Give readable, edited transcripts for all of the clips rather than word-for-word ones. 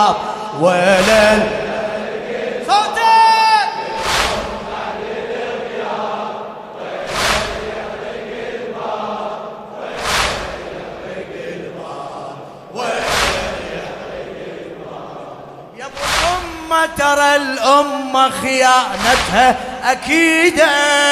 الغياب ولا صوتك يا ابو الأمة ترى الأمة خيانتها أكيدة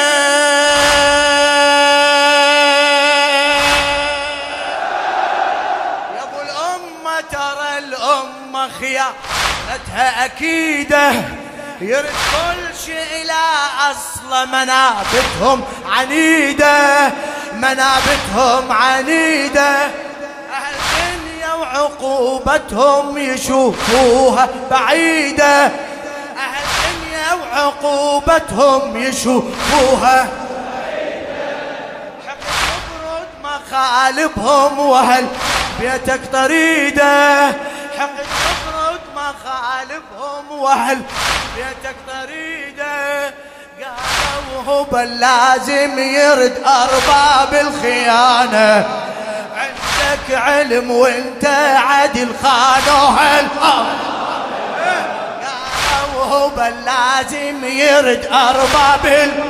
يا ابو الأمة ترى الأمة خيانتها أكيدة يرد كل شيء إلى أصل منابتهم عنيدة منابتهم عنيدة أهل الدنيا وعقوبتهم يشوفوها بعيدة أهل الدنيا وعقوبتهم يشوفوها بعيدة حق تبرد مخالبهم وهل بيتك طريدة حق تبرد مخالبهم وهل بيتك طريدة قالوا هو بل لازم يرد أرباب الخيانة عندك علم وانت عدل خانوها قالوا هو بل لازم يرد أرباب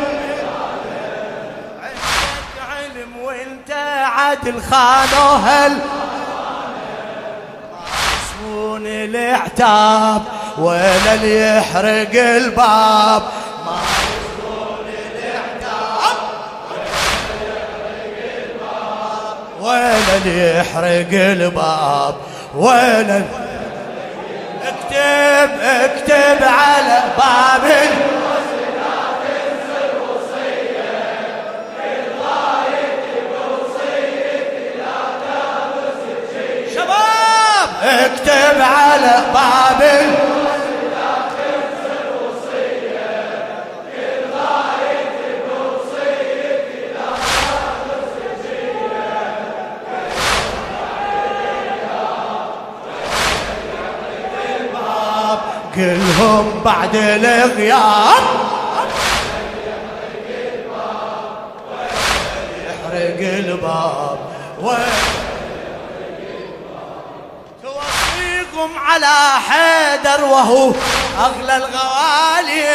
عندك علم وانت عدل خانوها العتاب ولا اللي يحرق الباب ما يسكن العتاب ولا اللي يحرق الباب ولا اكتب على باب اكتب على باب كلهم بعد الغياب يحرق الباب توصيكم على حيدر وهو أغلى الغوالي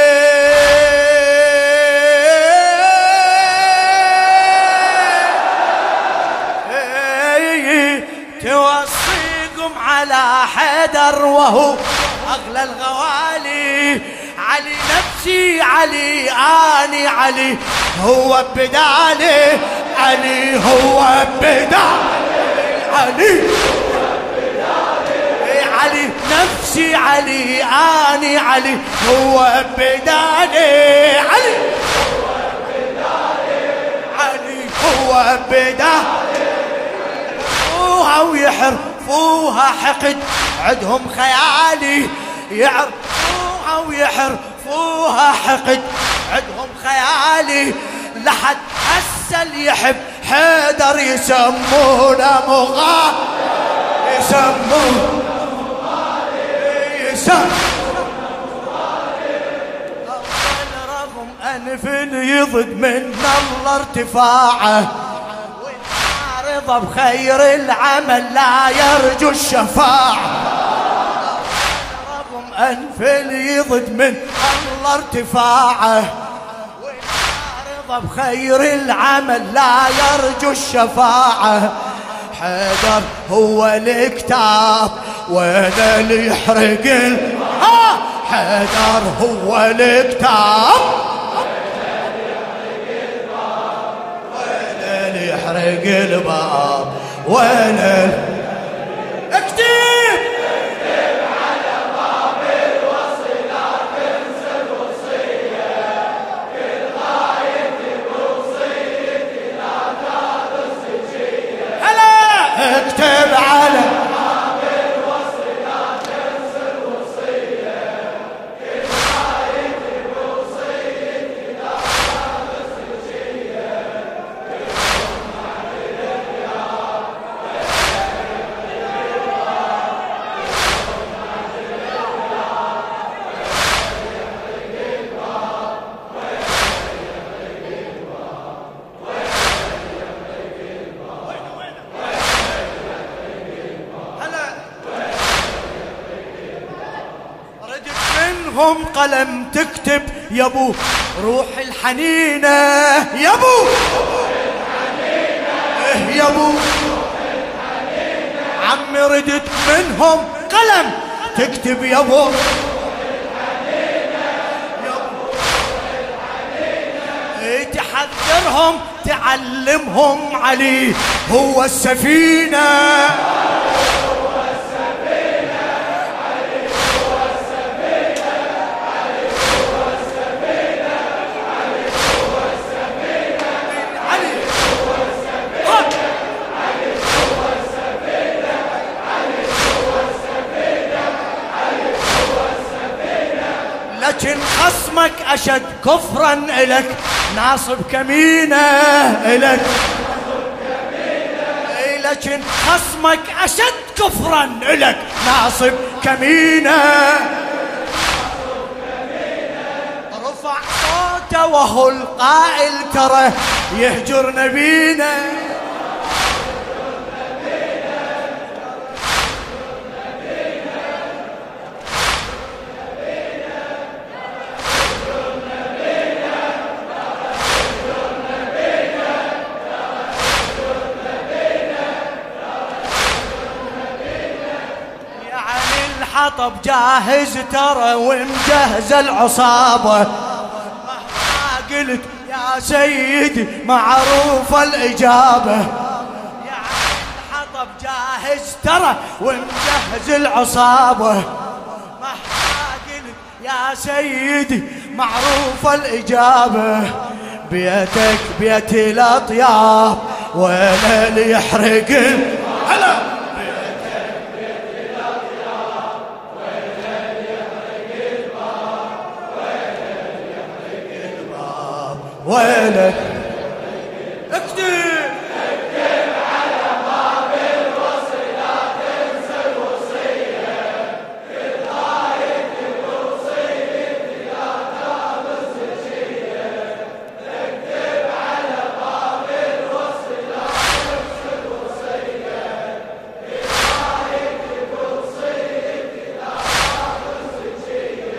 توصيكم على حيدر وهو أغلى الغوالي علي نفسي علي آني علي هو بدالي علي هو بدالي علي علي نفسي علي آني علي هو بدالي علي علي هو بدالي يعرفوها ويحرفوها حقد عندهم خيالي يعرفوها ويحرفوها حقد عندهم خيالي لحد هسه اللي يحب حيدر يسمونه مغالي يسمونه رغم أنف يضد من الله ارتفاعه والمعارضة بخير العمل لا يرجو الشفاعة رغم أنف يضد من الله ارتفاعه والمعارضة بخير العمل لا يرجو الشفاعة حيدر هو الكتاب وانا اللي يحرق حيدر هو الكتاب وانا اللي يحرق الباب وانا اكتب على باب الوصي لا تنسى الوصية بالغاية بوصيتي لا ترس الجية هلا اكتب على منهم قلم تكتب يا ابو روح الحنينة يا ابو يا ابو عمي ردت منهم قلم تكتب يا ابو تحذرهم تعلمهم علي هو السفينة لكن خصمك أشد كفرا إلك ناصب كمينة إلك لكن خصمك أشد كفرا إلك ناصب كمينة رفع صوته وهو القائل ترى يهجر نبينا الحطب جاهز ترى ومجهز العصابة مهما قلت يا سيدي معروف الإجابة يعني الحطب جاهز ترى ومجهز العصابة مهما قلت يا سيدي معروف الإجابة بيتك بيت الأطياب وين اللي يحرق هلا ويلك اكتب على باب الوصي لا تنسى الوصية بالله بوصيتي لا تابس شيء اكتب على باب الوصي لا تنسى الوصية بالله بوصيتي لا تابس شيء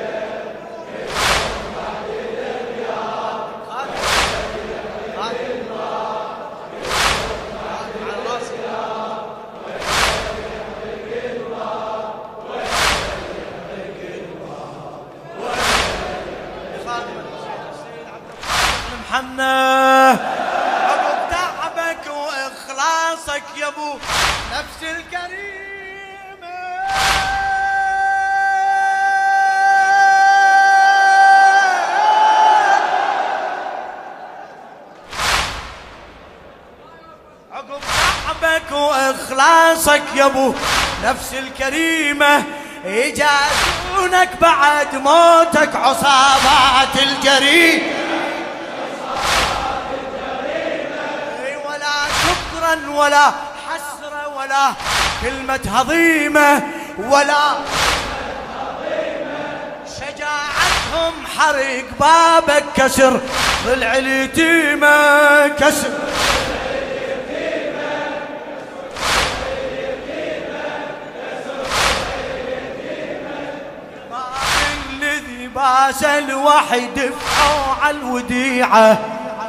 محمد عقب تعبك واخلاصك يا ابو نفس الكريمه عقب تعبك واخلاصك يا ابو نفس الكريمه يجازونك بعد موتك عصابات الجريمه ولا حسرة ولا كلمة هضيمة ولا شجاعتهم حرق بابك كسر ضلع اليتيمة كسر ما الذي باس الوحي دفعوا على الوديعة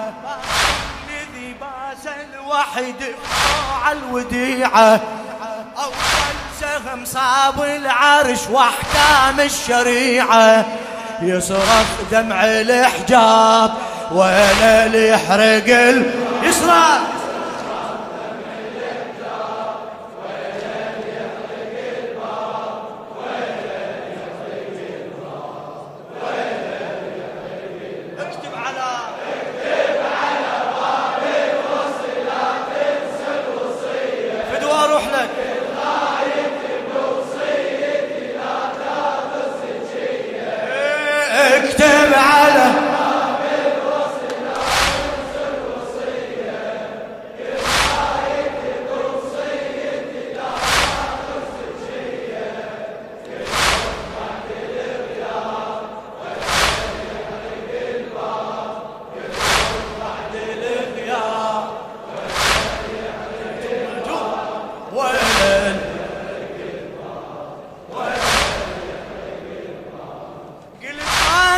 واحد على الوديعة أول سهم صاب العرش واحكام الشريعة يصرخ دمع الحجاب وين اللي يحرق يصرخ اكتب على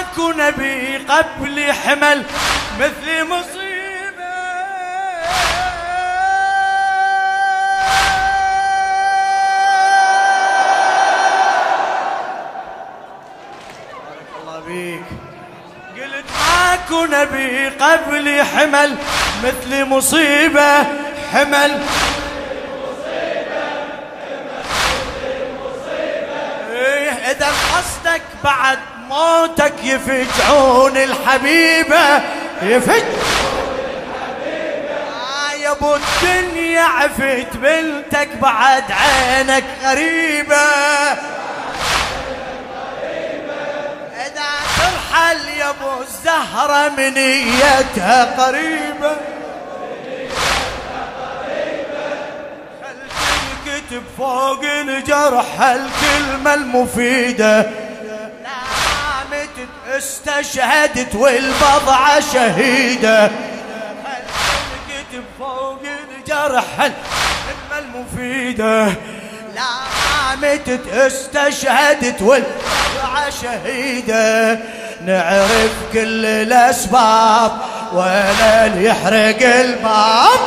ماكو نبي قبل حمل مثل مصيبة. بارك الله بيك. قلت ماكو نبي قبل حمل مثل مصيبة، حمل إذا قصدك بعد موتك يفجعون الحبيبة، يفجعون الحبيبة. يا ابو الدنيا عفت بنتك بعد عينك غريبة، إذا ترحل يا ابو الزهرة منيتها قريبة. كتب فوق الجرح الكلمة المفيدة، نامت استشهدت والبضعة شهيدة. كتب فوق الجرح الكلمة المفيدة، نامت استشهدت والبضعة شهيدة. نعرف كل الأسباب ولا اللي يحرق الباب،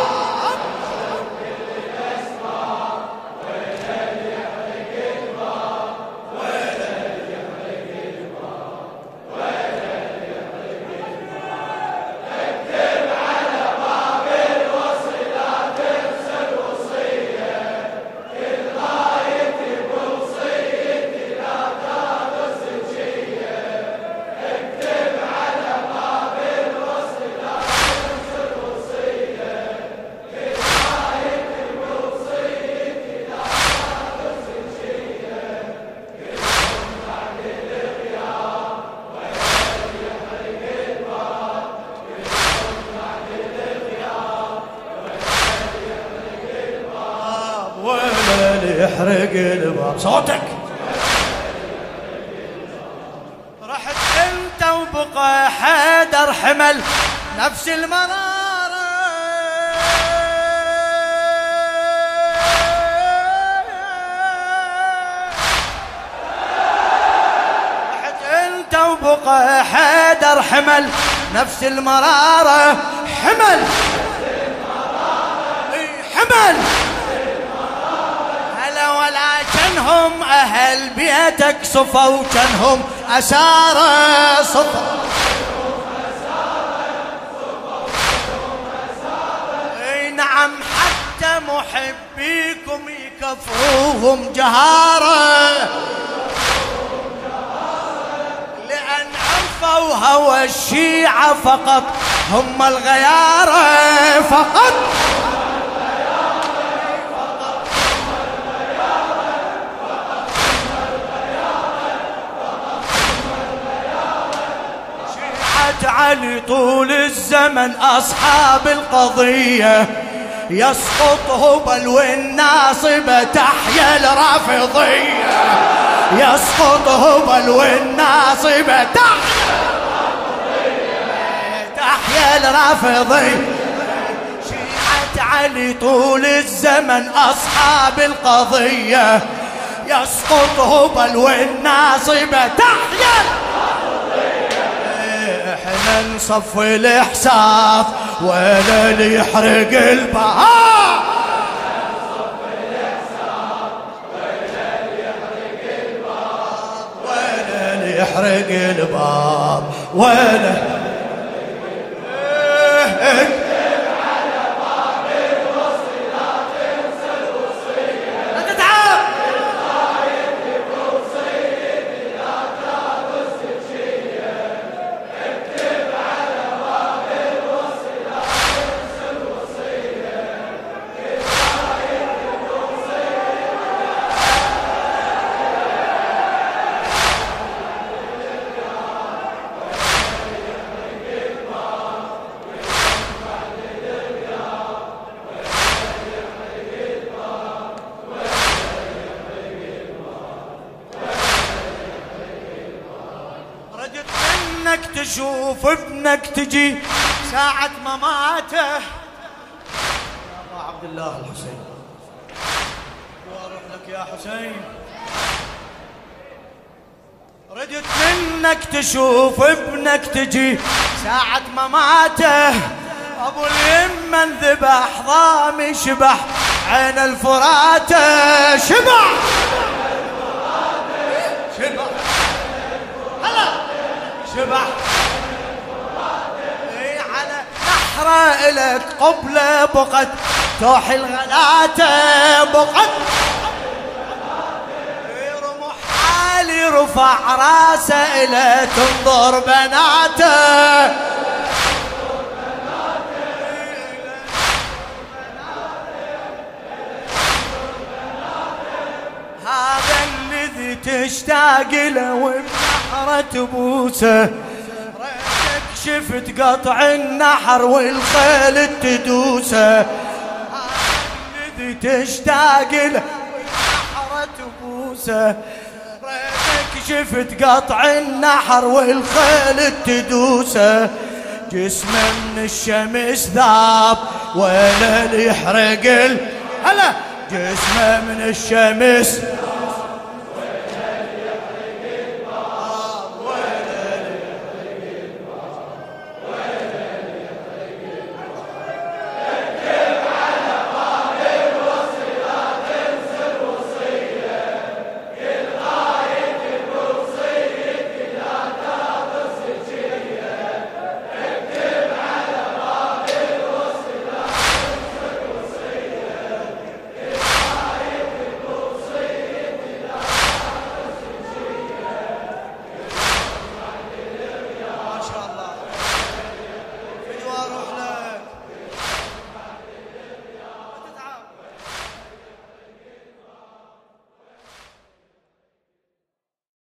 يحرق الباب. صوتك. رحت انت وبقى حيدر حمل نفس المرارة، رحت انت وبقى حيدر حمل نفس المرارة، حمل حمل. ولكنهم أهل بيتك صفوا كانهم أسارة، صفوا اي نعم، حتى محبيكم يكفروهم جهارة، لأن عرفوا هوى الشيعة فقط هم الغيارة، فقط علي طول الزمن أصحاب القضية. يسقط هبل والناصبة تحيا الرافضية، يسقط هبل والناصبة تحيا الرافضية. شيعة علي طول الزمن أصحاب القضية. يسقط هبل والناصبة تحيا. احنا نصفي الإحساس ولا اللي يحرق الباب، ولا اللي يحرق الباب، ولا ابنك تشوف ابنك تجي ساعة مماته. يا أبا عبد الله الحسين واروح لك يا حسين. ردت انك تشوف ابنك تجي ساعة مماته، ابو اليمه انذبح ضامي شبح عين الفراتة، شبح شبح هلا شبح على نحره الك قبله بقت توح الغلاته، بقت رمح عالي رفع راسه الى تنظر بناته، هذا الذي تشتاق له وبنحره تبوسه، ريتك شفت قطع النحر والخيل تدوسه، هذا الذي تشتاق له وبنحره تبوسه، ريتك شفت قطع النحر والخيل تدوسه، جسمه من الشمس ذاب ولا اللي يحرق هلا جسمه من الشمس